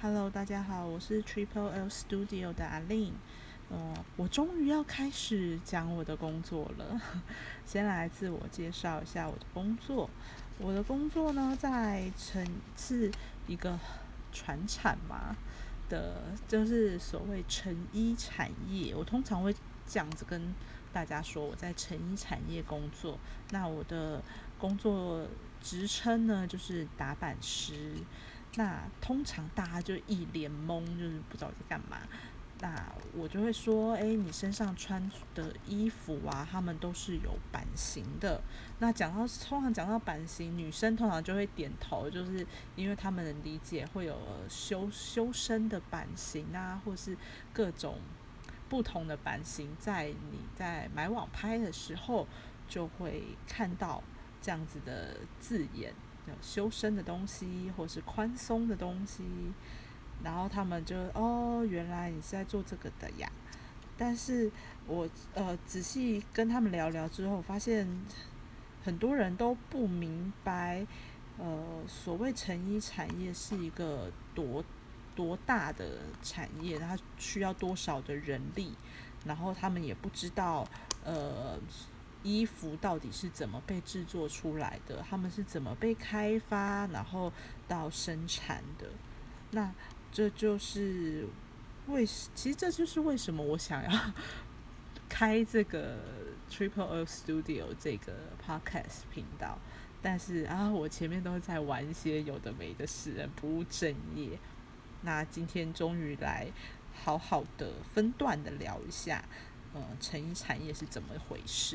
Hello，大家好，我是 Triple L Studio 的阿令。我终于要开始讲我的工作了。先来自我介绍一下我的工作。我的工作呢，是一个传产嘛的，就是所谓成衣产业。我通常会这样子跟大家说，我在成衣产业工作。那我的工作职称呢，就是打板师。那通常大家就一脸懵，就是不知道在干嘛。那我就会说，你身上穿的衣服啊，他们都是有版型的。那通常讲到版型，女生通常就会点头，就是因为他们的理解会有修身的版型啊，或是各种不同的版型，你在买网拍的时候就会看到这样子的字眼。修身的东西或是宽松的东西，然后他们就原来你是在做这个的呀。但是我仔细跟他们聊聊之后，发现很多人都不明白，所谓成衣产业是一个多大的产业，它需要多少的人力，然后他们也不知道衣服到底是怎么被制作出来的，他们是怎么被开发，然后到生产的。那这就是其实这就是为什么我想要开这个 Triple O Studio 这个 Podcast 频道。但是我前面都在玩一些有的没的事，不务正业。那今天终于来好好的分段的聊一下，成衣产业是怎么回事。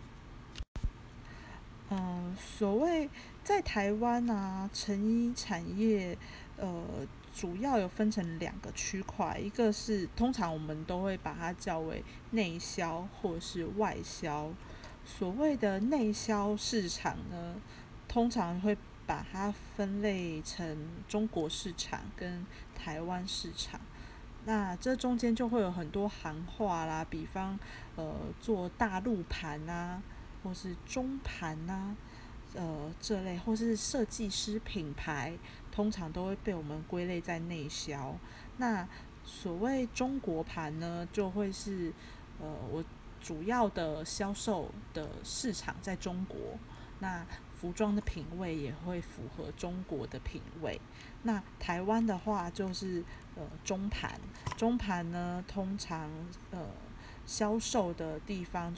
所谓在台湾啊，成衣产业，主要有分成两个区块，一个是通常我们都会把它叫为内销或是外销。所谓的内销市场呢，通常会把它分类成中国市场跟台湾市场。那这中间就会有很多行话啦，比方做大陆盘啊，或是中盘啊，这类或是设计师品牌，通常都会被我们归类在内销。那所谓中国盘呢，就会是我主要的销售的市场在中国。那服装的品味也会符合中国的品味。那台湾的话就是中盘，中盘呢通常销售的地方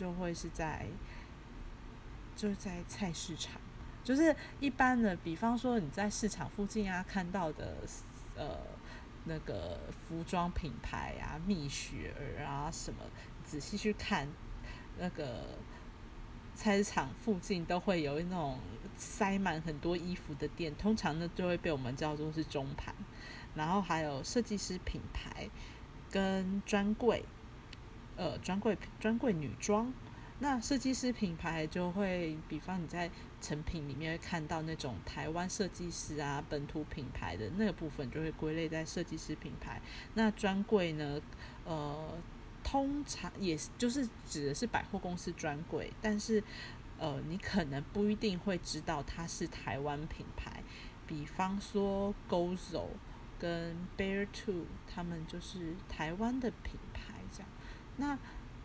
就是在菜市场，就是一般的，比方说你在市场附近啊看到的呃那个服装品牌啊，蜜雪儿啊什么，仔细去看那个菜市场附近都会有那种塞满很多衣服的店，通常呢就会被我们叫做是中盘。然后还有设计师品牌跟专柜女装。那设计师品牌就会，比方你在成品里面会看到那种台湾设计师啊，本土品牌的那个部分就会归类在设计师品牌。那专柜呢，通常也就是指的是百货公司专柜，但是你可能不一定会知道它是台湾品牌。比方说 Gozo 跟 Bear Two， 他们就是台湾的品牌这样。那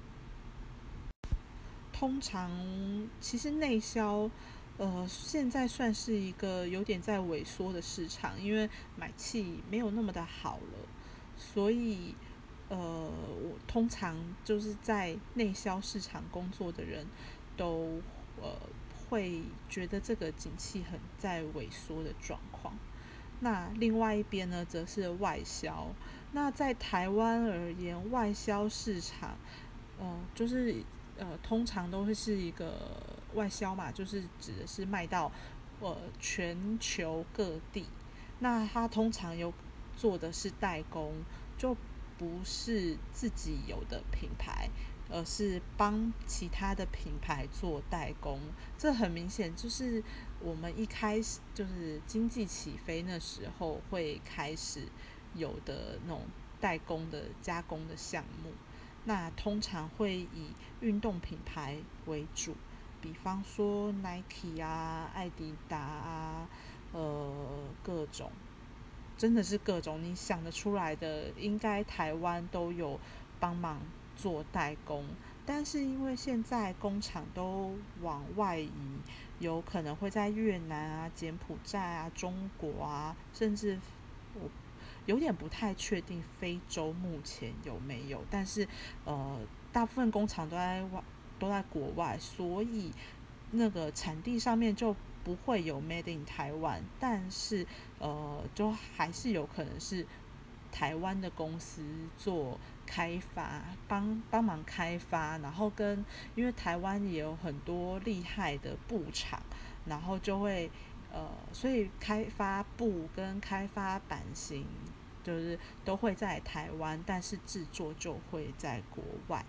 通常其实内销，现在算是一个有点在萎缩的市场，因为买气没有那么的好了，所以我通常就是在内销市场工作的人都会觉得这个景气很在萎缩的状况。那另外一边呢，则是外销。那在台湾而言，外销市场，就是通常都会是一个外销嘛，就是指的是卖到全球各地。那它通常做的是代工，就不是自己有的品牌，而是帮其他的品牌做代工。这很明显就是我们一开始就是经济起飞那时候会开始有的那种代工的加工的项目。那通常会以运动品牌为主，比方说 Nike 啊、艾迪达啊，各种。 真的是各种你想得出来的，应该台湾都有帮忙做代工。但是因为现在工厂都往外移，有可能会在越南啊、柬埔寨啊、中国啊，甚至我有点不太确定非洲目前有没有，但是大部分工厂都在国外，所以那个产地上面就不会有 Made in 台湾，但是就还是有可能是台湾的公司做开发，帮忙开发，然后因为台湾也有很多厉害的布厂，然后就会所以开发布跟开发版型就是都会在台湾，但是制作就会在国外。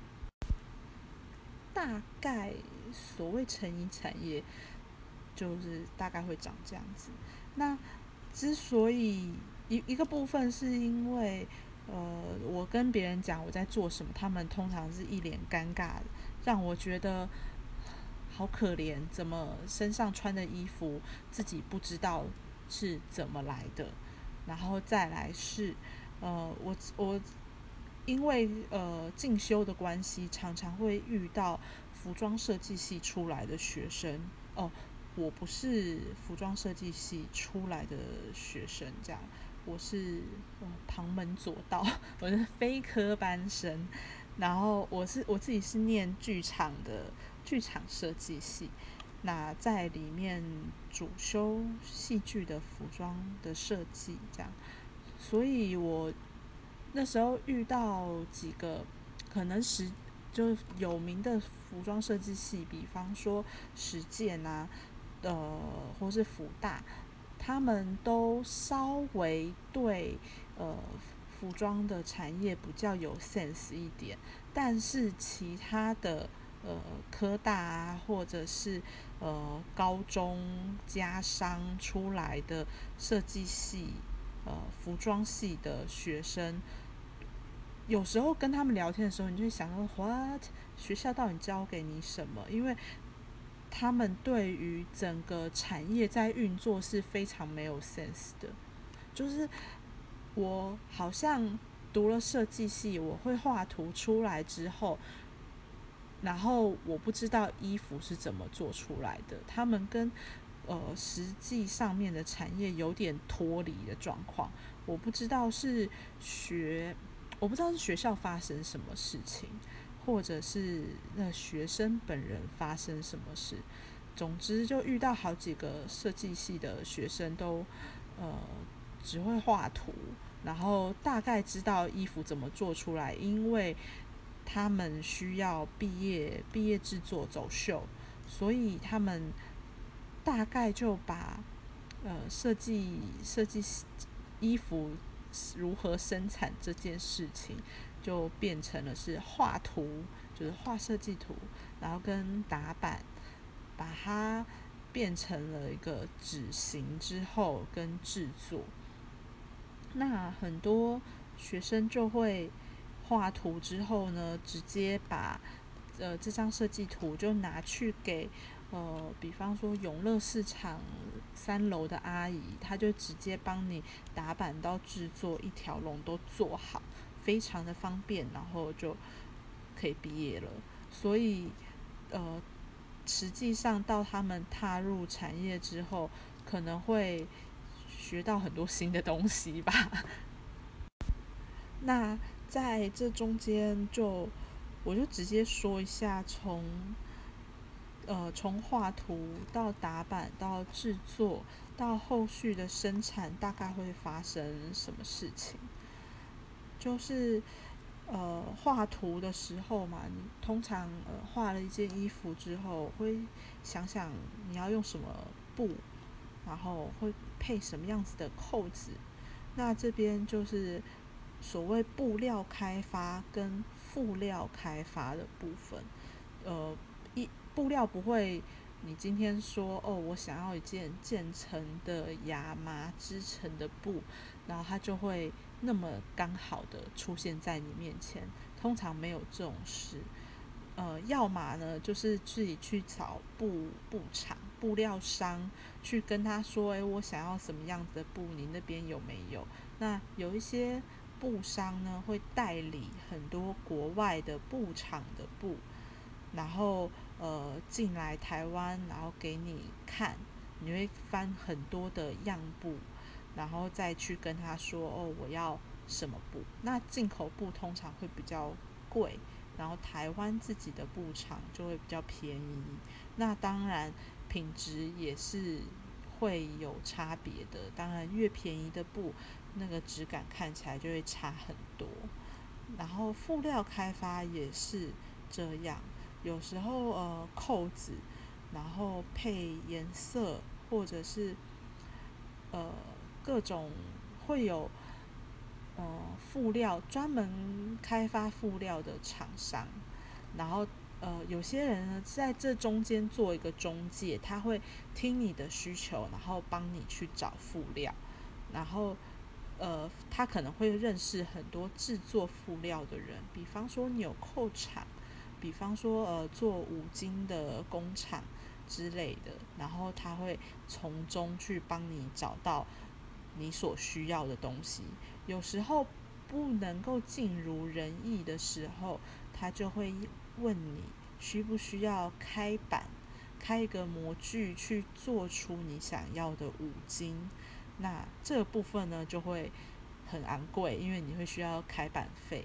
大概所谓成衣产业就是大概会长这样子。那之所以一个部分是因为我跟别人讲我在做什么，他们通常是一脸尴尬的，让我觉得好可怜，怎么身上穿的衣服自己不知道是怎么来的。然后再来是我因为进修的关系，常常会遇到服装设计系出来的学生。我不是服装设计系出来的学生，这样我是旁门左道，我是非科班生。然后我自己是念剧场设计系，那在里面主修戏剧的服装的设计，这样。所以我那时候遇到几个可能就有名的服装设计系，比方说实践啊，或是福大，他们都稍微对服装的产业比较有 sense 一点，但是其他的科大啊，或者是高中加商出来的设计系、服装系的学生，有时候跟他们聊天的时候，你就会想说 ，what 学校到底教给你什么？因为他们对于整个产业在运作是非常没有 sense 的。就是我好像读了设计系，我会画图出来之后，然后我不知道衣服是怎么做出来的，他们跟实际上面的产业有点脱离的状况。我不知道是学校发生什么事情，或者是那学生本人发生什么事。总之就遇到好几个设计系的学生都呃只会画图，然后大概知道衣服怎么做出来，因为他们需要毕业制作走秀，所以他们大概就把设计衣服如何生产这件事情，就变成了是画图，就是画设计图，然后跟打版，把它变成了一个纸型之后跟制作。那很多学生就会画图之后呢，直接把这张设计图就拿去给比方说永乐市场3楼的阿姨，她就直接帮你打版到制作，一条龙都做好，非常的方便，然后就可以毕业了。所以呃，实际上到他们踏入产业之后，可能会学到很多新的东西吧。那在这中间我就直接说一下，从画图到打版到制作到后续的生产，大概会发生什么事情。就是画图的时候嘛，你通常画了一件衣服之后，会想想你要用什么布，然后会配什么样子的扣子。那这边就是所谓布料开发跟副料开发的部分。布料不会，你今天说我想要一件渐层的亚麻织成的布，然后它就会那么刚好的出现在你面前。通常没有这种事。要么呢就是自己去找布厂， 布料商去跟他说，我想要什么样子的布，你那边有没有？那有一些布商呢会代理很多国外的布厂的布，然后进来台湾，然后给你看，你会翻很多的样布，然后再去跟他说我要什么布。那进口布通常会比较贵，然后台湾自己的布厂就会比较便宜。那当然品质也是会有差别的，当然越便宜的布那个质感看起来就会差很多。然后布料开发也是这样，有时候扣子，然后配颜色，或者是各种会有布料专门开发布料的厂商，然后有些人呢在这中间做一个中介，他会听你的需求，然后帮你去找布料，然后他可能会认识很多制作布料的人，比方说纽扣厂，比方说做五金的工厂之类的，然后他会从中去帮你找到你所需要的东西。有时候不能够尽如人意的时候，他就会问你需不需要开板，开一个模具去做出你想要的五金。那这个部分呢就会很昂贵，因为你会需要开板费。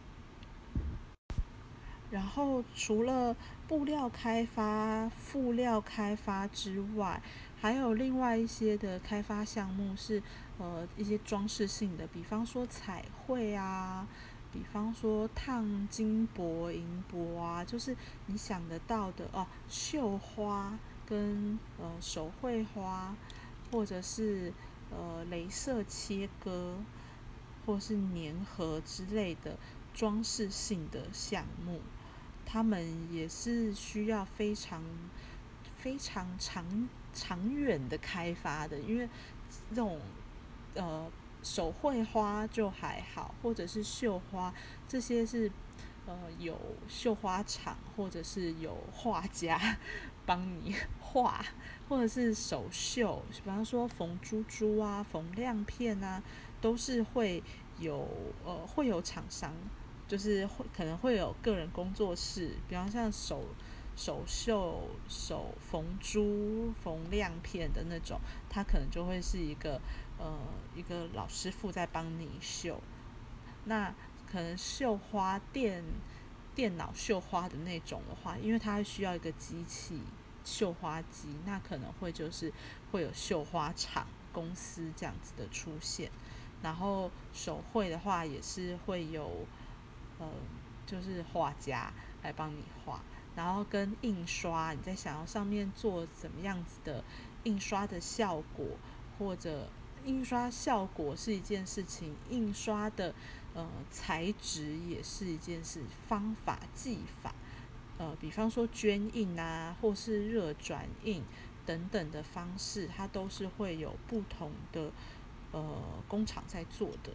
然后除了布料开发、布料开发之外，还有另外一些的开发项目是一些装饰性的，比方说彩绘啊，比方说烫金箔、银箔啊，就是你想得到的绣花跟手绘花，或者是镭射切割，或是粘合之类的装饰性的项目，他们也是需要非常长远的开发的。因为这种呃手绘花就还好，或者是绣花，这些是有绣花厂或者是有画家帮你画，或者是手绣，比方说缝珠珠啊、缝亮片啊，都是会有厂商，就是可能会有个人工作室，比方像手绣、手缝珠、缝亮片的那种，它可能就会是一个老师傅在帮你绣。那可能绣花电脑绣花的那种的话，因为它需要一个机器绣花机，那可能就是会有绣花厂公司这样子的出现。然后手绘的话也是会有就是画家来帮你画，然后跟印刷，你在想要上面做怎么样子的印刷的效果，或者印刷效果是一件事情，印刷的材质也是一件事，方法技法，比方说捐印啊，或是热转印等等的方式，它都是会有不同的工厂在做的。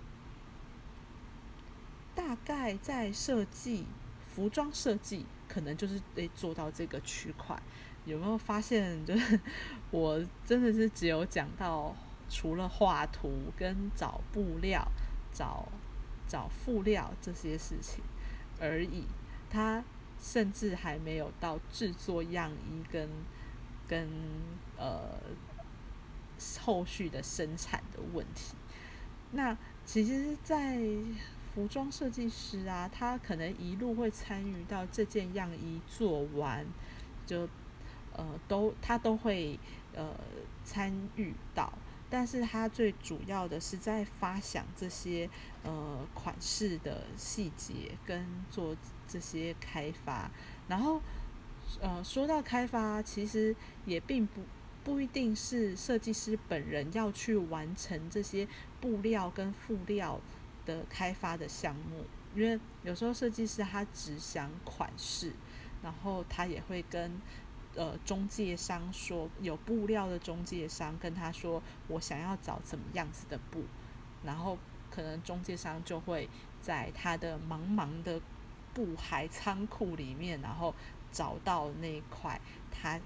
大概在服装设计，可能就是做到这个区块。有没有发现，就是我真的是只有讲到除了画图跟找布料、找布料这些事情而已，它甚至还没有到制作样衣跟后续的生产的问题。那其实在服装设计师啊，他可能一路会参与到这件样衣做完，就他都会参与到，但是他最主要的是在发想这些款式的细节跟做这些开发。然后说到开发，其实也并不一定是设计师本人要去完成这些布料跟布料的开发的项目，因为有时候设计师他只想款式，然后他也会跟中介商说，有布料的中介商跟他说我想要找怎么样子的布，然后可能中介商就会在他的茫茫的布海仓库里面，然后找到那一块他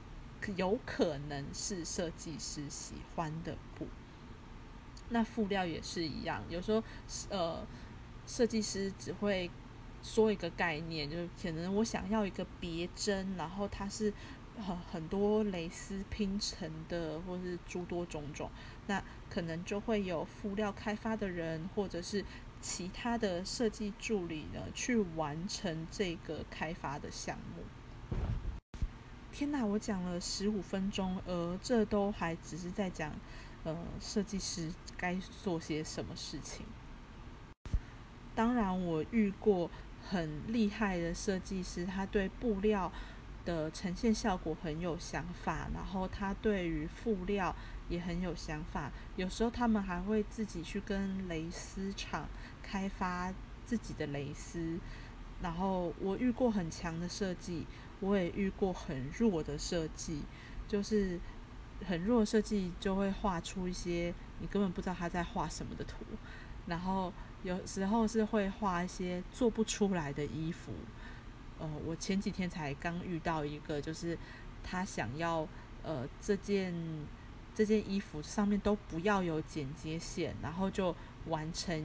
有可能是设计师喜欢的布。那布料也是一样，有时候设计师只会说一个概念，就是可能我想要一个别针，然后它是很多蕾丝拼成的，或是诸多种种，那可能就会有布料开发的人或者是其他的设计助理呢去完成这个开发的项目。天哪，我讲了15分钟，这都还只是在讲设计师该做些什么事情。当然我遇过很厉害的设计师，他对布料的呈现效果很有想法，然后他对于布料也很有想法，有时候他们还会自己去跟蕾丝厂开发自己的蕾丝。然后我遇过很强的设计，我也遇过很弱的设计，就是很弱的设计就会画出一些你根本不知道他在画什么的图，然后有时候是会画一些做不出来的衣服。我前几天才刚遇到一个，就是他想要这件衣服上面都不要有剪接线，然后就完成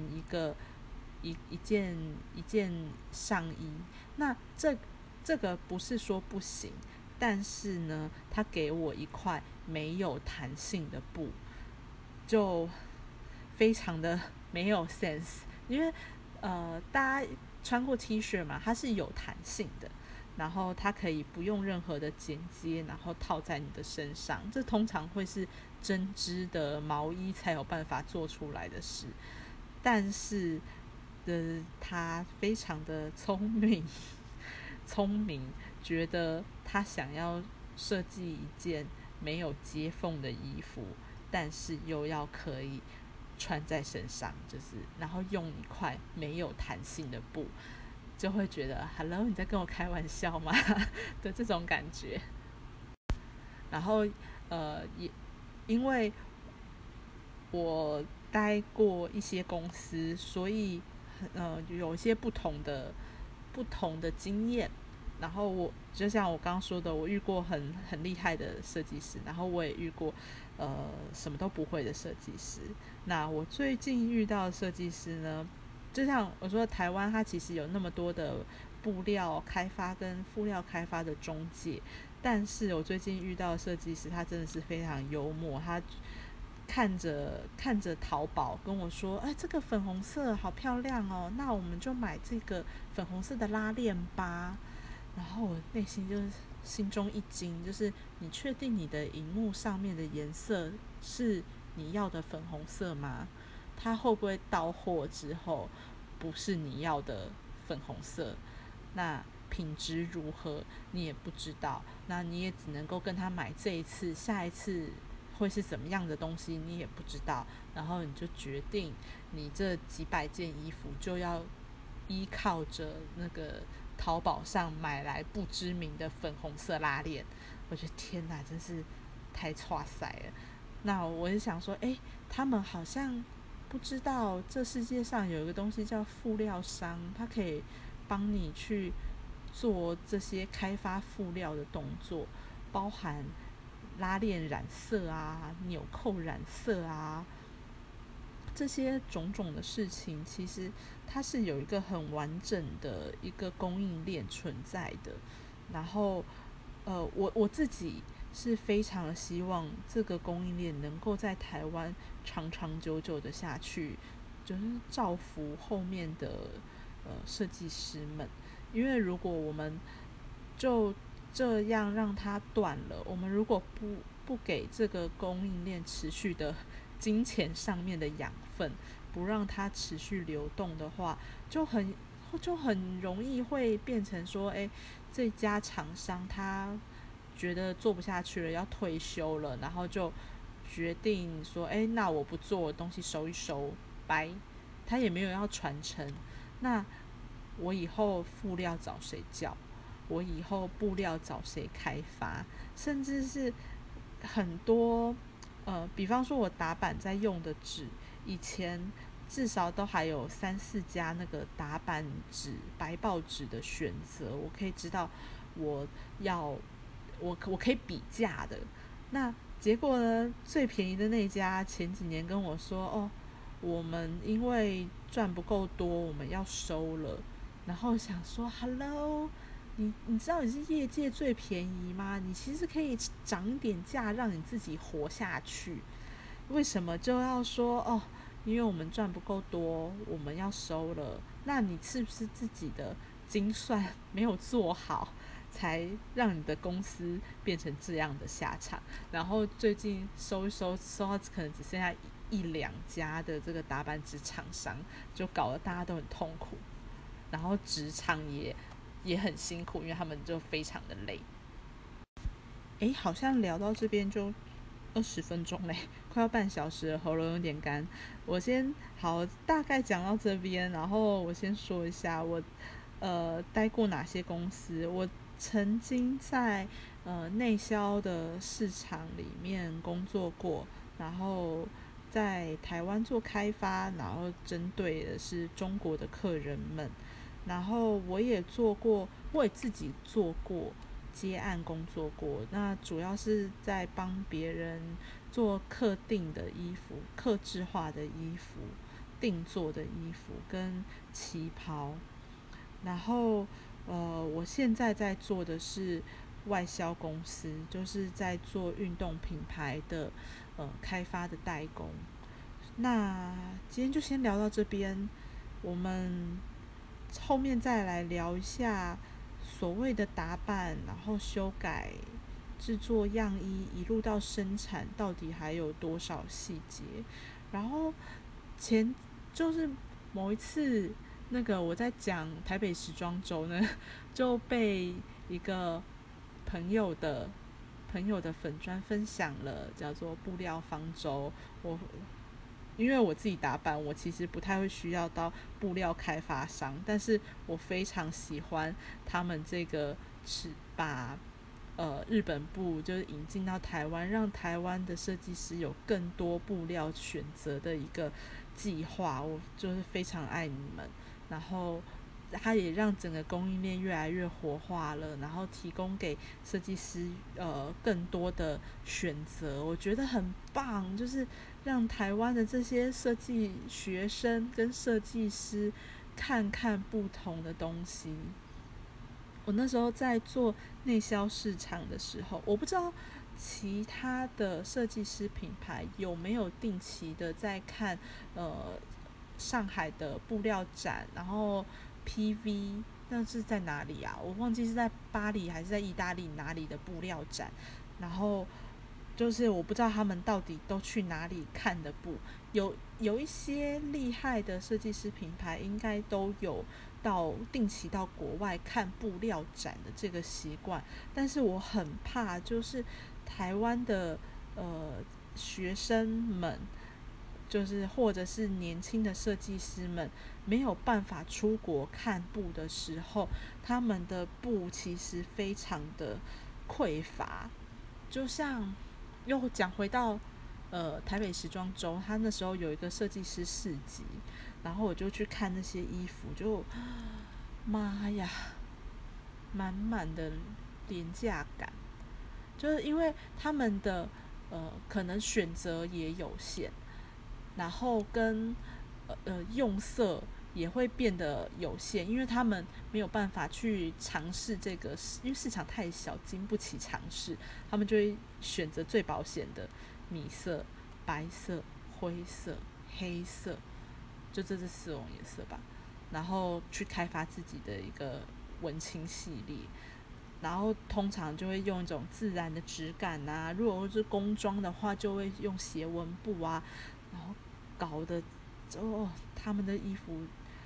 一件上衣。那这个不是说不行，但是呢，他给我一块没有弹性的布，就非常的没有 sense。因为大家穿过 T 恤嘛，它是有弹性的，然后它可以不用任何的剪接，然后套在你的身上，这通常会是针织的毛衣才有办法做出来的事。但是他非常的聪明，觉得他想要设计一件没有接缝的衣服，但是又要可以穿在身上，然后用一块没有弹性的布，就会觉得 Hello 你在跟我开玩笑吗的这种感觉。然后也因为我待过一些公司，所以有一些不同的经验。然后就像我刚刚说的，我遇过很厉害的设计师，然后我也遇过什么都不会的设计师。那我最近遇到的设计师呢，就像我说，台湾它其实有那么多的布料开发跟布料开发的中介，但是我最近遇到的设计师，他真的是非常幽默。他看着淘宝跟我说，哎，这个粉红色好漂亮哦，那我们就买这个粉红色的拉链吧。然后我内心就是心中一惊，就是你确定你的荧幕上面的颜色是你要的粉红色吗？它会不会到货之后不是你要的粉红色？那品质如何你也不知道，那你也只能够跟他买这一次，下一次会是怎么样的东西你也不知道，然后你就决定你这几百件衣服就要依靠着那个淘宝上买来不知名的粉红色拉链。我觉得天哪，真是太挫塞了。那我就想说，他们好像不知道这世界上有一个东西叫布料商，它可以帮你去做这些开发布料的动作，包含拉链染色啊、纽扣染色啊，这些种种的事情，其实它是有一个很完整的一个供应链存在的。然后，我自己是非常希望这个供应链能够在台湾长长久久的下去，就是造福后面的设计师们。因为如果我们就这样让它断了，我们如果不给这个供应链持续的金钱上面的养分，不让它持续流动的话，就很容易会变成说，这家厂商他觉得做不下去了，要退休了，然后就决定说，那我不做，东西收一收，拜。他也没有要传承，那我以后布料找谁叫？我以后布料找谁开发？甚至是很多比方说我打板在用的纸，以前至少都还有3-4家那个打板纸、白报纸的选择，我可以知道我要我可以比价的。那结果呢，最便宜的那家前几年跟我说，哦，我们因为赚不够多，我们要收了。然后想说，Hello，你知道你是业界最便宜吗？你其实可以涨一点价，让你自己活下去。为什么就要说哦？因为我们赚不够多，我们要收了。那你是不是自己的精算没有做好，才让你的公司变成这样的下场？然后最近收一收，收到可能只剩下一两家的这个打板纸厂商，就搞得大家都很痛苦，然后职场也很辛苦，因为他们就非常的累。诶，好像聊到这边就20分钟嘞，快要半小时了，喉咙有点干。我先好大概讲到这边，然后我先说一下我待过哪些公司。我曾经在内销的市场里面工作过，然后在台湾做开发，然后针对的是中国的客人们。然后我也自己做过接案工作过，那主要是在帮别人做客定的衣服、客制化的衣服、定做的衣服跟旗袍。然后我现在在做的是外销公司，就是在做运动品牌的开发的代工。那今天就先聊到这边，我们后面再来聊一下所谓的打版，然后修改、制作样衣，一路到生产，到底还有多少细节？然后前就是某一次，那个我在讲台北时装周呢，就被一个朋友的粉专分享了，叫做布料方舟。我因为我自己打版，我其实不太会需要到布料开发商，但是我非常喜欢他们这个是把日本布就是引进到台湾，让台湾的设计师有更多布料选择的一个计划。我就是非常爱你们，然后它也让整个供应链越来越活化了，然后提供给设计师更多的选择，我觉得很棒，就是让台湾的这些设计学生跟设计师看看不同的东西。我那时候在做内销市场的时候，我不知道其他的设计师品牌有没有定期的在看上海的布料展，然后 PV 那是在哪里啊？我忘记是在巴黎还是在意大利哪里的布料展，然后就是我不知道他们到底都去哪里看的布。有一些厉害的设计师品牌应该都有定期到国外看布料展的这个习惯，但是我很怕就是台湾的学生们，就是或者是年轻的设计师们没有办法出国看布的时候，他们的布其实非常的匮乏。就像又讲回到台北时装周，他那时候有一个设计师市集，然后我就去看那些衣服，就妈呀，满满的廉价感，就是因为他们的可能选择也有限，然后跟用色也会变得有限，因为他们没有办法去尝试这个，因为市场太小，经不起尝试，他们就会选择最保险的米色、白色、灰色、黑色，就这4种颜色吧，然后去开发自己的一个文青系列。然后通常就会用一种自然的质感啊，如果是工装的话，就会用斜纹布啊，然后搞得他们的衣服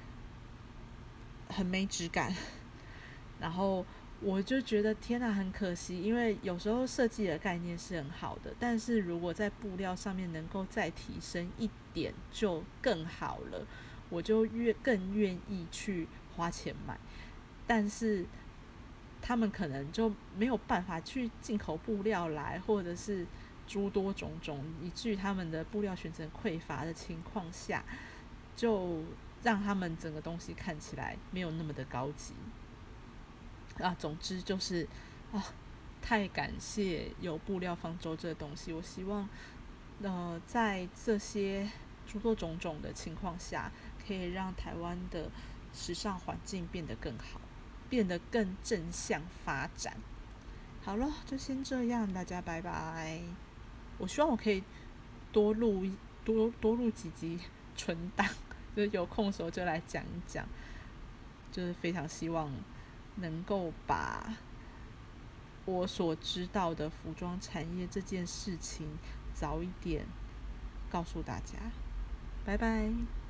很没质感。然后我就觉得天哪，很可惜，因为有时候设计的概念是很好的，但是如果在布料上面能够再提升一点就更好了，我就更愿意去花钱买。但是他们可能就没有办法去进口布料来，或者是诸多种种，以至于他们的布料选择匮乏的情况下，就让他们整个东西看起来没有那么的高级啊。总之就是啊， 太感谢有布料方舟这个东西。我希望在这些诸多种种的情况下，可以让台湾的时尚环境变得更好，变得更正向发展。好了，就先这样，大家拜拜。我希望我可以多录多录几集存档，就是有空的时候就来讲一讲。就是非常希望能够把我所知道的服装产业这件事情早一点告诉大家。拜拜。